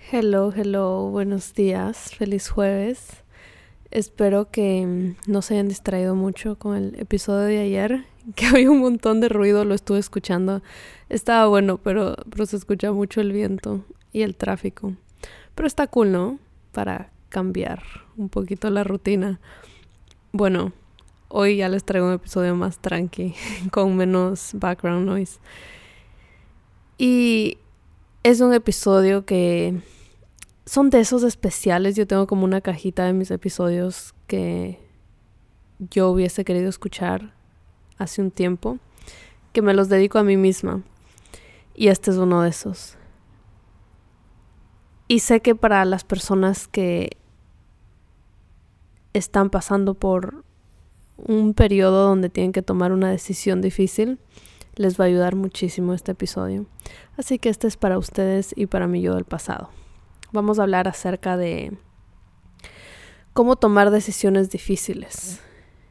Hello, buenos días, feliz jueves. Espero que no se hayan distraído mucho con el episodio de ayer, que había un montón de ruido, lo estuve escuchando. Estaba bueno, pero se escucha mucho el viento y el tráfico. Pero está cool, ¿no? Para cambiar un poquito la rutina. Bueno, hoy ya les traigo un episodio más tranqui, con menos background noise. Y es un episodio que son de esos especiales. Yo tengo como una cajita de mis episodios que yo hubiese querido escuchar hace un tiempo, que me los dedico a mí misma. Y este es uno de esos. Y sé que para las personas que están pasando por un periodo donde tienen que tomar una decisión difícil, les va a ayudar muchísimo este episodio. Así que este es para ustedes y para mi yo del pasado. Vamos a hablar acerca de cómo tomar decisiones difíciles.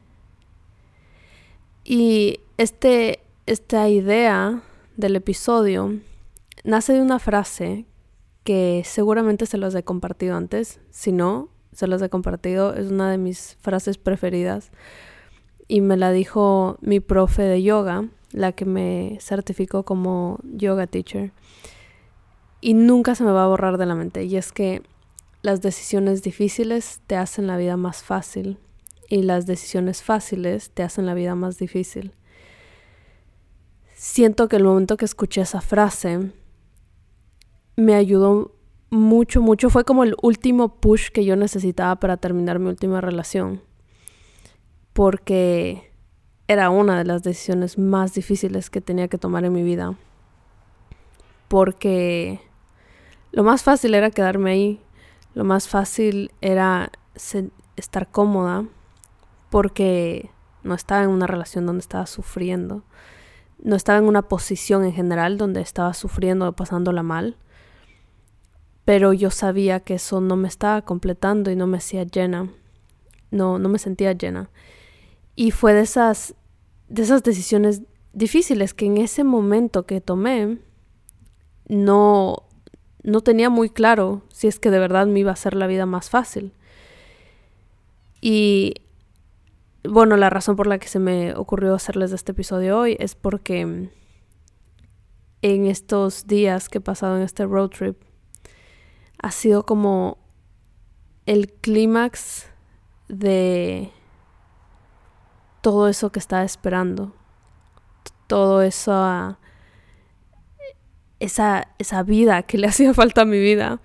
Y esta idea del episodio nace de una frase que seguramente se las he compartido antes. Si no, se las he compartido. Es una de mis frases preferidas. Y me la dijo mi profe de yoga, la que me certificó como yoga teacher. Y nunca se me va a borrar de la mente. Y es que las decisiones difíciles te hacen la vida más fácil. Y las decisiones fáciles te hacen la vida más difícil. Siento que el momento que escuché esa frase me ayudó mucho. Fue como el último push que yo necesitaba para terminar mi última relación. Porque era una de las decisiones más difíciles que tenía que tomar en mi vida. Porque lo más fácil era quedarme ahí. Lo más fácil era estar cómoda. Porque no estaba en una relación donde estaba sufriendo. No estaba en una posición en general donde estaba sufriendo o pasándola mal. Pero yo sabía que eso no me estaba completando y no me hacía llena. No me sentía llena. Y fue de esas decisiones difíciles que en ese momento que tomé no tenía muy claro si es que de verdad me iba a hacer la vida más fácil. Y bueno, la razón por la que se me ocurrió hacerles este episodio hoy es porque en estos días que he pasado en este road trip ha sido como el clímax de todo eso que estaba esperando. Todo eso, esa vida que le hacía falta a mi vida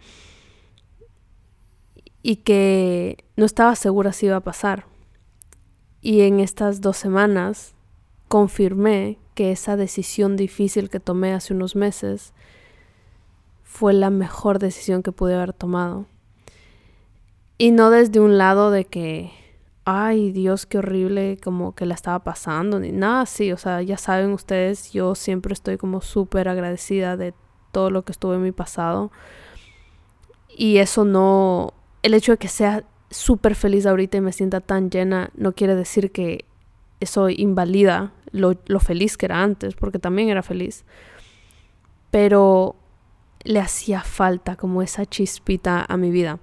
y que no estaba segura si iba a pasar. Y en estas 2 semanas confirmé que esa decisión difícil que tomé hace unos meses fue la mejor decisión que pude haber tomado. Y no desde un lado de que, ay Dios, qué horrible, como que la estaba pasando, ni nada así. O sea, ya saben ustedes, yo siempre estoy como súper agradecida de todo lo que estuve en mi pasado. Y eso no, el hecho de que sea súper feliz ahorita y me sienta tan llena, no quiere decir que eso invalida lo feliz que era antes, porque también era feliz. Pero le hacía falta como esa chispita a mi vida.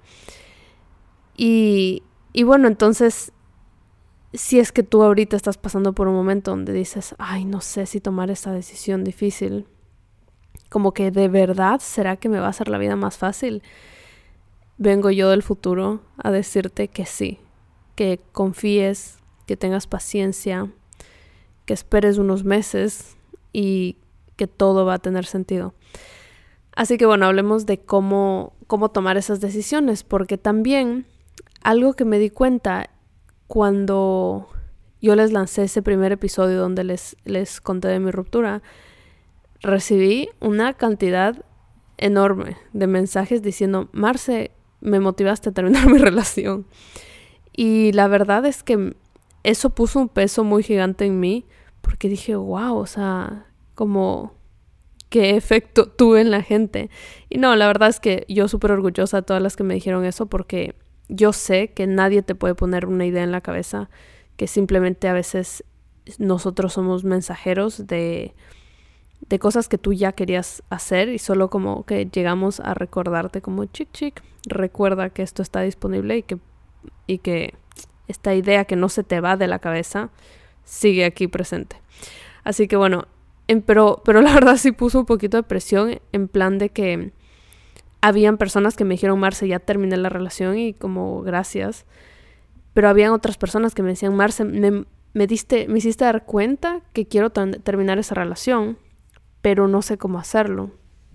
Y bueno, entonces, si es que tú ahorita estás pasando por un momento donde dices, ay, no sé si tomar esta decisión difícil, como que de verdad, ¿será que me va a hacer la vida más fácil? Vengo yo del futuro a decirte que sí, que confíes, que tengas paciencia, que esperes unos meses y que todo va a tener sentido. Así que bueno, hablemos de cómo tomar esas decisiones, porque también algo que me di cuenta cuando yo les lancé ese primer episodio donde les conté de mi ruptura, recibí una cantidad enorme de mensajes diciendo, Marce, me motivaste a terminar mi relación. Y la verdad es que eso puso un peso muy gigante en mí, porque dije, wow, o sea, como qué efecto tuve en la gente. Y no, la verdad es que yo súper orgullosa de todas las que me dijeron eso, porque yo sé que nadie te puede poner una idea en la cabeza, que simplemente a veces nosotros somos mensajeros de de cosas que tú ya querías hacer y solo como que llegamos a recordarte como chic, recuerda que esto está disponible y que esta idea que no se te va de la cabeza sigue aquí presente. Así que bueno, pero la verdad sí puso un poquito de presión en plan de que habían personas que me dijeron, Marce, ya terminé la relación y como gracias. Pero habían otras personas que me decían, Marce, me hiciste dar cuenta que quiero terminar esa relación, pero no sé cómo hacerlo.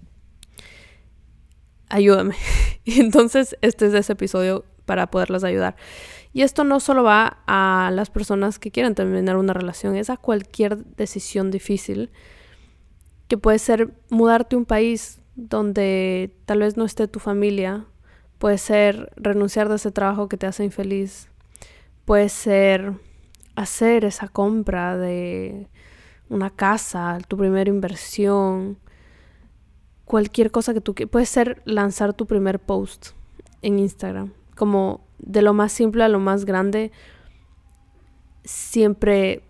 Ayúdame. Y entonces este es ese episodio para poderlas ayudar. Y esto no solo va a las personas que quieren terminar una relación, es a cualquier decisión difícil, que puede ser mudarte a un país donde tal vez no esté tu familia, puede ser renunciar de ese trabajo que te hace infeliz, puede ser hacer esa compra de una casa, tu primera inversión, cualquier cosa que tú quieras. Puede ser lanzar tu primer post en Instagram. Como de lo más simple a lo más grande, siempre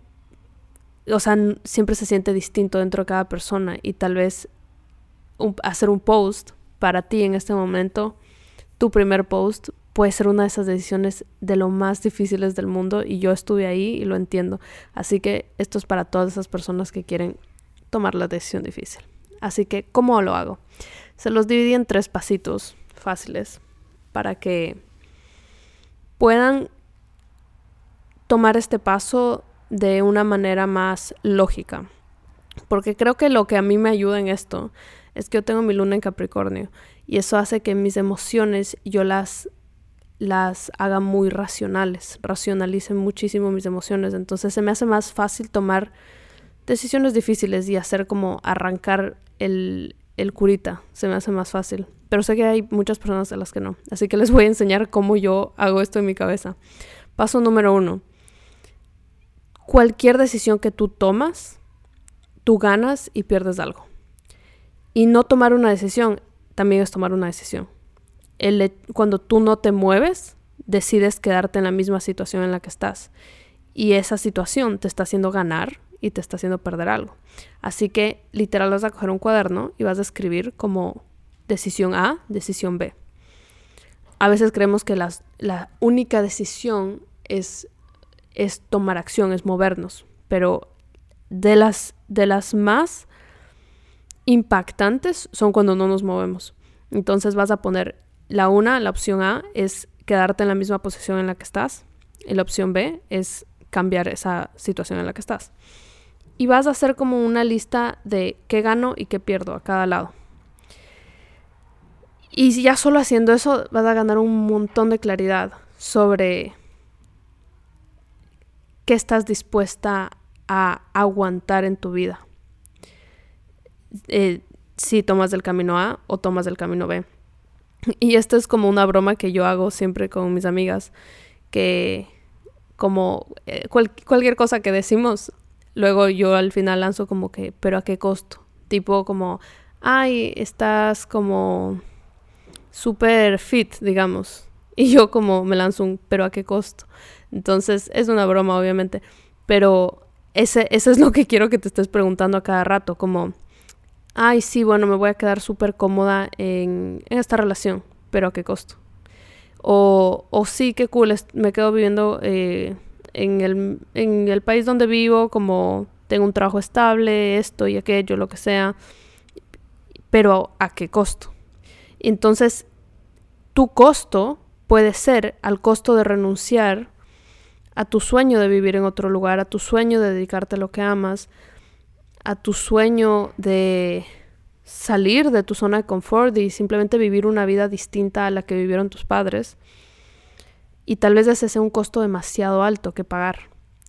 se siente distinto dentro de cada persona y tal vez hacer un post para ti en este momento, tu primer post, puede ser una de esas decisiones de lo más difíciles del mundo y yo estuve ahí y lo entiendo. Así que esto es para todas esas personas que quieren tomar la decisión difícil. Así que, ¿cómo lo hago? Se los dividí en 3 pasitos fáciles para que puedan tomar este paso de una manera más lógica. Porque creo que lo que a mí me ayuda en esto es que yo tengo mi luna en Capricornio y eso hace que mis emociones yo las haga muy racionales, racionalicen muchísimo mis emociones. Entonces se me hace más fácil tomar decisiones difíciles y hacer como arrancar el curita. Se me hace más fácil. Pero sé que hay muchas personas a las que no. Así que les voy a enseñar cómo yo hago esto en mi cabeza. Paso número 1. Cualquier decisión que tú tomas, tú ganas y pierdes algo. Y no tomar una decisión también es tomar una decisión. Cuando tú no te mueves, decides quedarte en la misma situación en la que estás. Y esa situación te está haciendo ganar y te está haciendo perder algo. Así que literal vas a coger un cuaderno y vas a escribir como decisión A, decisión B. A veces creemos que la única decisión es tomar acción, es movernos. Pero de las más impactantes son cuando no nos movemos. Entonces vas a poner la opción A es quedarte en la misma posición en la que estás. Y la opción B es cambiar esa situación en la que estás. Y vas a hacer como una lista de qué gano y qué pierdo a cada lado. Y si ya solo haciendo eso vas a ganar un montón de claridad sobre qué estás dispuesta a aguantar en tu vida. Si tomas del camino A o tomas del camino B. Y esto es como una broma que yo hago siempre con mis amigas, que como cualquier cosa que decimos, luego yo al final lanzo como que, ¿pero a qué costo? Tipo como, ay, estás como súper fit, digamos. Y yo como me lanzo un, ¿pero a qué costo? Entonces es una broma, obviamente. Pero ese es lo que quiero que te estés preguntando a cada rato, como, ay, sí, bueno, me voy a quedar súper cómoda en esta relación, pero ¿a qué costo? O sí, qué cool, me quedo viviendo en el país donde vivo, como tengo un trabajo estable, esto y aquello, lo que sea, pero ¿a qué costo? Entonces, tu costo puede ser al costo de renunciar a tu sueño de vivir en otro lugar, a tu sueño de dedicarte a lo que amas, a tu sueño de salir de tu zona de confort y simplemente vivir una vida distinta a la que vivieron tus padres. Y tal vez ese sea un costo demasiado alto que pagar.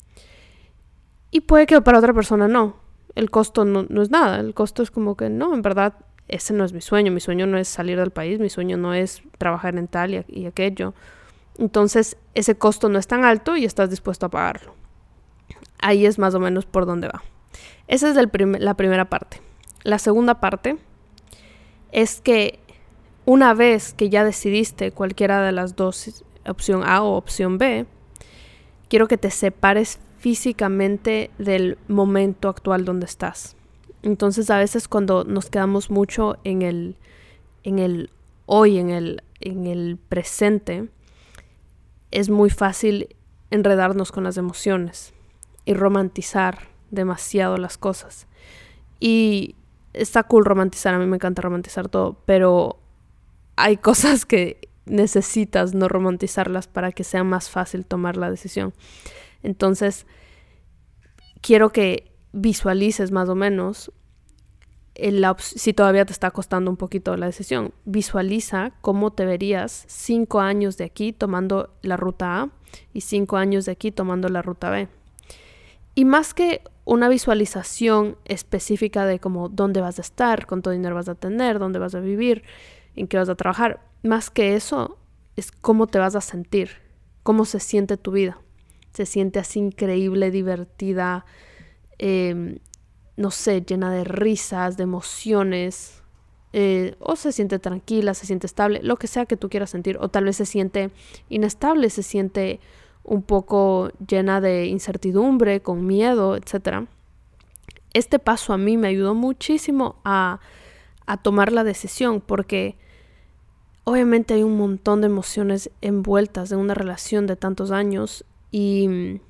Y puede que para otra persona no. El costo no es nada. El costo es como que no, en verdad, ese no es mi sueño. Mi sueño no es salir del país. Mi sueño no es trabajar en tal y aquello. Entonces, ese costo no es tan alto y estás dispuesto a pagarlo. Ahí es más o menos por donde va. Esa es la primera parte. La segunda parte es que una vez que ya decidiste cualquiera de las dos, opción A o opción B, quiero que te separes físicamente del momento actual donde estás. Entonces a veces cuando nos quedamos mucho en el hoy, en el presente, es muy fácil enredarnos con las emociones y romantizar demasiado las cosas. Y está cool romantizar, a mí me encanta romantizar todo, pero hay cosas que necesitas no romantizarlas para que sea más fácil tomar la decisión. Entonces, quiero que visualices más o menos, si todavía te está costando un poquito la decisión, visualiza cómo te verías 5 años de aquí tomando la ruta A y 5 años de aquí tomando la ruta B. Y más que una visualización específica de como dónde vas a estar, cuánto dinero vas a tener, dónde vas a vivir, en qué vas a trabajar, más que eso es cómo te vas a sentir, cómo se siente tu vida. Se siente así increíble, divertida, no sé, llena de risas, de emociones, o se siente tranquila, se siente estable, lo que sea que tú quieras sentir, o tal vez se siente inestable, se siente un poco llena de incertidumbre, con miedo, etc. Este paso a mí me ayudó muchísimo a tomar la decisión, porque obviamente hay un montón de emociones envueltas en una relación de tantos años, y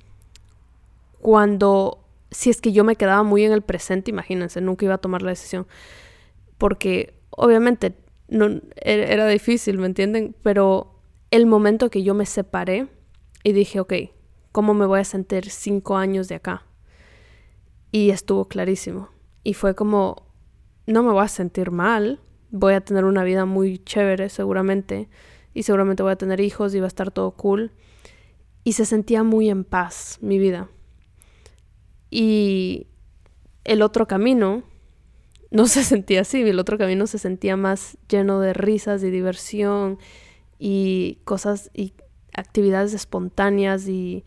si es que yo me quedaba muy en el presente, imagínense, nunca iba a tomar la decisión, porque obviamente no, era difícil, ¿me entienden? Pero el momento que yo me separé y dije, ok, ¿cómo me voy a sentir 5 años de acá? Y estuvo clarísimo. Y fue como, no me voy a sentir mal, voy a tener una vida muy chévere seguramente, y seguramente voy a tener hijos y va a estar todo cool. Y se sentía muy en paz mi vida. Y el otro camino no se sentía así, el otro camino se sentía más lleno de risas y diversión y cosas y actividades espontáneas y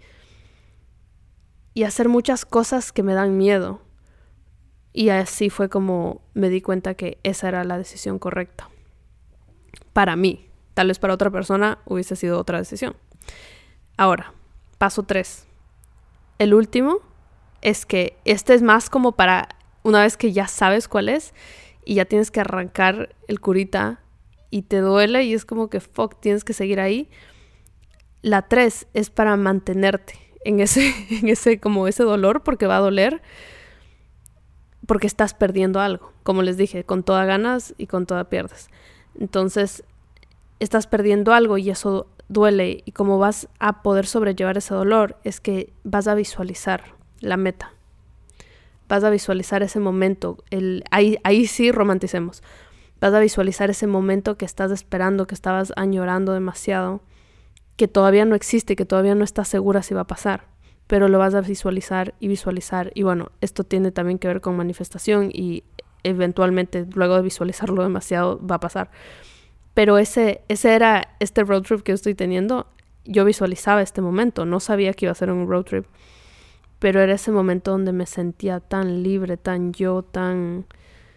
hacer muchas cosas que me dan miedo. Y así fue como me di cuenta que esa era la decisión correcta. Para mí. Tal vez para otra persona hubiese sido otra decisión. Ahora, paso 3. El último es que este es más como para una vez que ya sabes cuál es y ya tienes que arrancar el curita y te duele y es como que fuck, tienes que seguir ahí. La 3 es para mantenerte en ese como ese dolor, porque va a doler, porque estás perdiendo algo. Como les dije, con toda ganas y con toda pierdes. Entonces, estás perdiendo algo y eso duele, y cómo vas a poder sobrellevar ese dolor es que vas a visualizar la meta. Vas a visualizar ese momento. Ahí sí romanticemos. Vas a visualizar ese momento que estás esperando, que estabas añorando demasiado, que todavía no existe, que todavía no estás segura si va a pasar, pero lo vas a visualizar y visualizar. Y bueno, esto tiene también que ver con manifestación y eventualmente luego de visualizarlo demasiado va a pasar. Pero ese era este road trip que yo estoy teniendo. Yo visualizaba este momento, no sabía que iba a ser un road trip, pero era ese momento donde me sentía tan libre, tan yo, tan...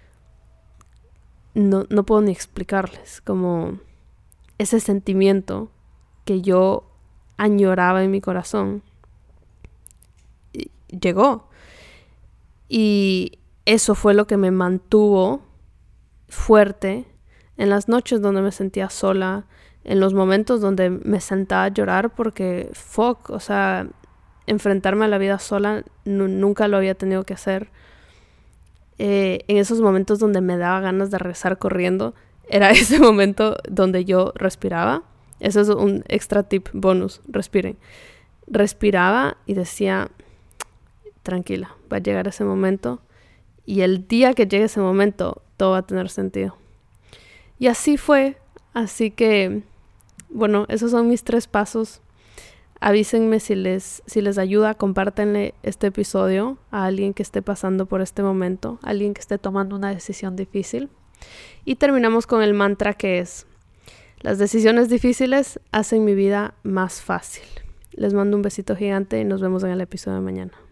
No puedo ni explicarles, como ese sentimiento que yo añoraba en mi corazón llegó. Y eso fue lo que me mantuvo fuerte en las noches donde me sentía sola, en los momentos donde me sentaba a llorar porque fuck, o sea, enfrentarme a la vida sola nunca lo había tenido que hacer. En esos momentos donde me daba ganas de regresar corriendo, era ese momento donde yo respiraba. Eso es un extra tip bonus, respiren. Respiraba y decía, tranquila, va a llegar ese momento y el día que llegue ese momento todo va a tener sentido. Y así fue. Así que, bueno, esos son mis 3 pasos. Avísenme si les ayuda, compártanle este episodio a alguien que esté pasando por este momento, a alguien que esté tomando una decisión difícil. Y terminamos con el mantra que es: las decisiones difíciles hacen mi vida más fácil. Les mando un besito gigante y nos vemos en el episodio de mañana.